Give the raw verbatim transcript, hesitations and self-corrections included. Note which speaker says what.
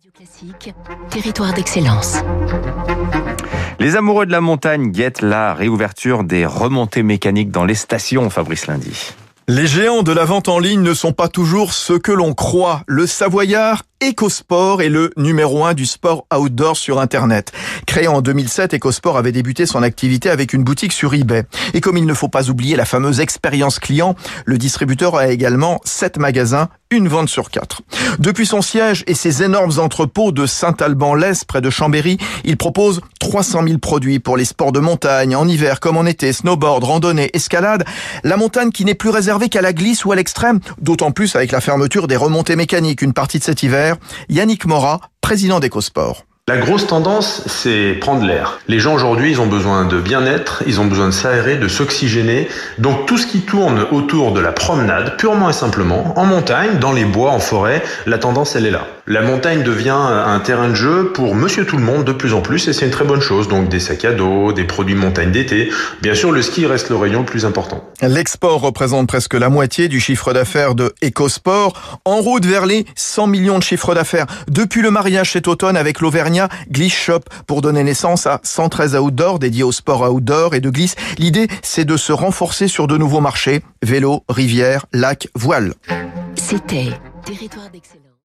Speaker 1: Classique, territoire d'excellence.
Speaker 2: Les amoureux de la montagne guettent la réouverture des remontées mécaniques dans les stations, Fabrice Lundy.
Speaker 3: Les géants de la vente en ligne ne sont pas toujours ce que l'on croit. Le Savoyard EcoSport est le numéro un du sport outdoor sur Internet. Créé en deux mille sept, EcoSport avait débuté son activité avec une boutique sur eBay. Et comme il ne faut pas oublier la fameuse expérience client, le distributeur a également sept magasins, une vente sur quatre. Depuis son siège et ses énormes entrepôts de Saint-Alban-l'Est près de Chambéry, il propose trois cent mille produits pour les sports de montagne, en hiver comme en été, snowboard, randonnée, escalade. La montagne qui n'est plus réservée qu'à la glisse ou à l'extrême, d'autant plus avec la fermeture des remontées mécaniques une partie de cet hiver. Yannick Morat, président d'EcoSport.
Speaker 4: La grosse tendance, c'est prendre l'air. Les gens aujourd'hui, ils ont besoin de bien-être, ils ont besoin de s'aérer, de s'oxygéner. Donc tout ce qui tourne autour de la promenade, purement et simplement, en montagne, dans les bois, en forêt, la tendance, elle est là. La montagne devient un terrain de jeu pour monsieur tout le monde de plus en plus et c'est une très bonne chose. Donc des sacs à dos, des produits montagne d'été. Bien sûr, le ski reste le rayon le plus important.
Speaker 3: L'export représente presque la moitié du chiffre d'affaires de EcoSport. En route vers les cent millions de chiffres d'affaires. Depuis le mariage cet automne avec l'Auvergnat Glisse Shop pour donner naissance à cent treize Outdoor dédiés au sport outdoor et de glisse. L'idée, c'est de se renforcer sur de nouveaux marchés. Vélo, rivière, lac, voile.
Speaker 1: C'était Territoire d'excellence.